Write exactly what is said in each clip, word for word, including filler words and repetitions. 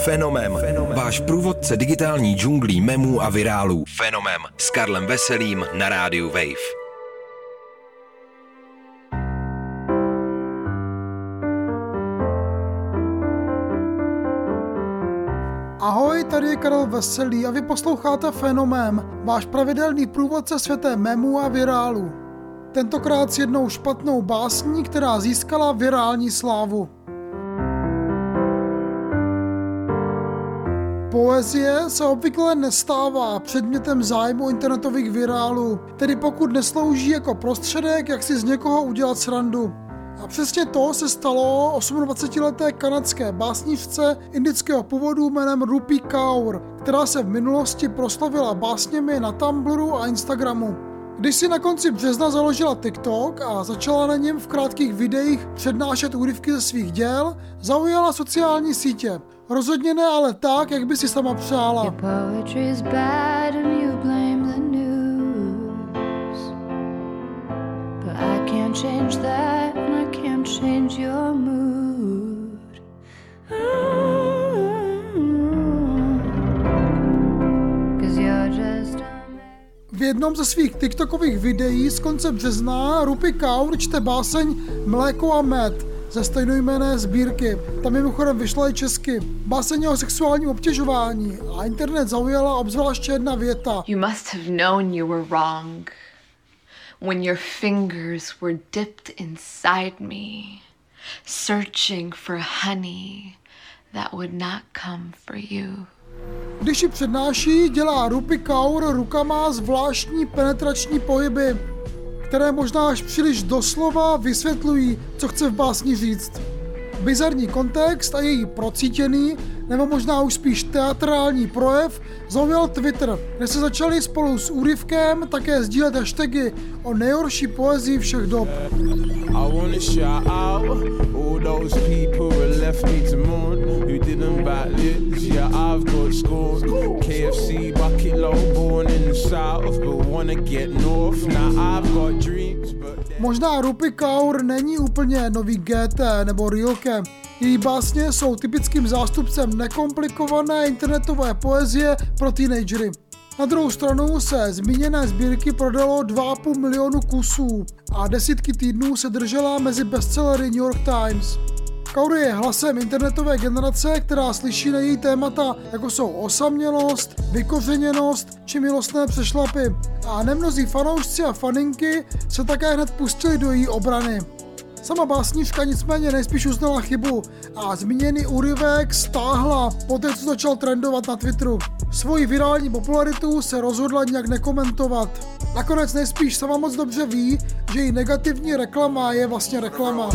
Fenomem. Váš průvodce digitální džunglí memů a virálů. Fenomem s Karlem Veselým na rádiu Wave. Ahoj, tady je Karel Veselý a vy posloucháte Fenomem, váš pravidelný průvodce světem memů a virálů. Tentokrát s jednou špatnou básní, která získala virální slávu. Poezie se obvykle nestává předmětem zájmu internetových virálů, tedy pokud neslouží jako prostředek, jak si z někoho udělat srandu. A přesně to se stalo dvacetiosmileté kanadské básnířce indického původu jménem Rupi Kaur, která se v minulosti proslavila básněmi na Tumblru a Instagramu. Když si na konci března založila TikTok a začala na něm v krátkých videích přednášet úryvky ze svých děl, zaujala sociální sítě. Rozhodně ne ale tak, jak by si sama přála. Change that and I can't change your mood. Cause you're just V jednom ze svých TikTokových videí z konce března Rupi Kaur čte báseň Mléko a med ze stejnojmenné sbírky. Tam mimochodem vyšla i česky. Báseň o sexuálním obtěžování a internet zaujala obzvláště jedna věta. You must have known you were wrong. When your fingers were dipped inside me, searching for honey that would not come for you. Když ji přednáší, dělá Rupi Kaur rukama zvláštní penetrační pohyby, které možná až příliš doslova vysvětlují, co chce v básni říct. Bizarní kontext a její procítěný, nebo možná už spíš teatrální projev zaujal Twitter, kde se začali spolu s úryvkem také sdílet hashtagy o nejhorší poezii všech dob. Možná Rupi Kaur není úplně nový G T nebo Rilke. Její básně jsou typickým zástupcem nekomplikované internetové poezie pro teenagery. Na druhou stranu se zmíněné sbírky prodalo dva a půl milionu kusů a desítky týdnů se držela mezi bestsellery New York Times. Kaur je hlasem internetové generace, která slyší na její témata, jako jsou osamělost, vykořeněnost či milostné přešlapy. A nemnozí fanoušci a faninky se také hned pustili do její obrany. Sama básnířka nicméně nejspíš uznala chybu a zmíněný úryvek stáhla poté, co začal trendovat na Twitteru. Svoji virální popularitu se rozhodla nějak nekomentovat. Nakonec nejspíš sama moc dobře ví, že její negativní reklama je vlastně reklama.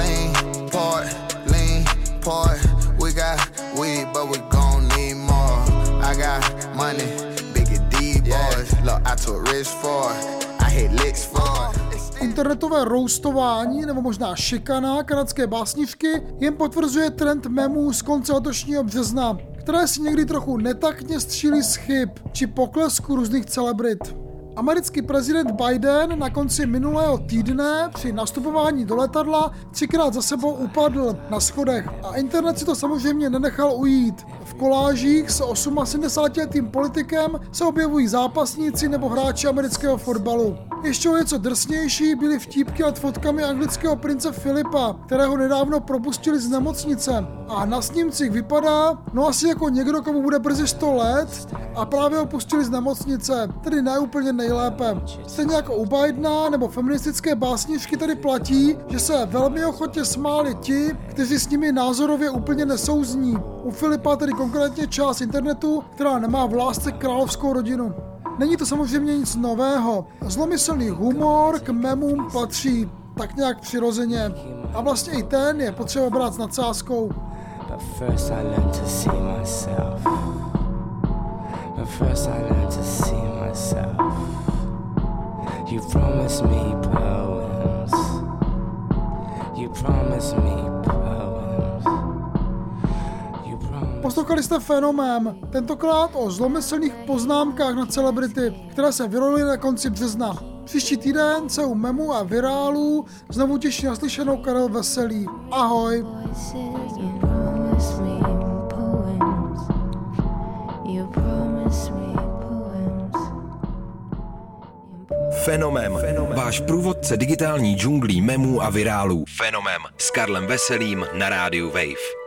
Internetové roustování nebo možná šikana kanadské básnířky jen potvrzuje trend memů z konce letošního března, které si někdy trochu netaktně střílí z chyb či poklesku různých celebrit. Americký prezident Biden na konci minulého týdne při nastupování do letadla třikrát za sebou upadl na schodech a internet si to samozřejmě nenechal ujít. V kolážích s osmasedmdesátletým politikem se objevují zápasníci nebo hráči amerického fotbalu. Ještě o něco drsnější byly vtípky nad fotkami anglického prince Filipa, kterého nedávno propustili z nemocnice. A na snímcích vypadá, no asi jako někdo, komu bude brzy sto let a právě ho pustili z nemocnice, tedy ne úplně nejlépe. Stejně jako u Bidena nebo feministické básnířky tedy platí, že se velmi ochotně smáli ti, kteří s nimi názorově úplně nesouzní. U Filipa tedy konkrétně část internetu, která nemá v lásce královskou rodinu. Není to samozřejmě nic nového. Zlomyslný humor k memům patří tak nějak přirozeně. A vlastně i ten je potřeba brát s nadsázkou. Poslouchali jste Fenomem, tentokrát o zlomyslných poznámkách na celebrity, které se vyrolily na konci března. Příští týden se u memů a virálů znovu těší naslyšenou Karel Veselý. Ahoj! voices and promise me poem. Fenomem. Fenomem. Váš průvodce digitální džunglí memů a virálů. Fenomem s Karlem Veselým na rádiu Wave.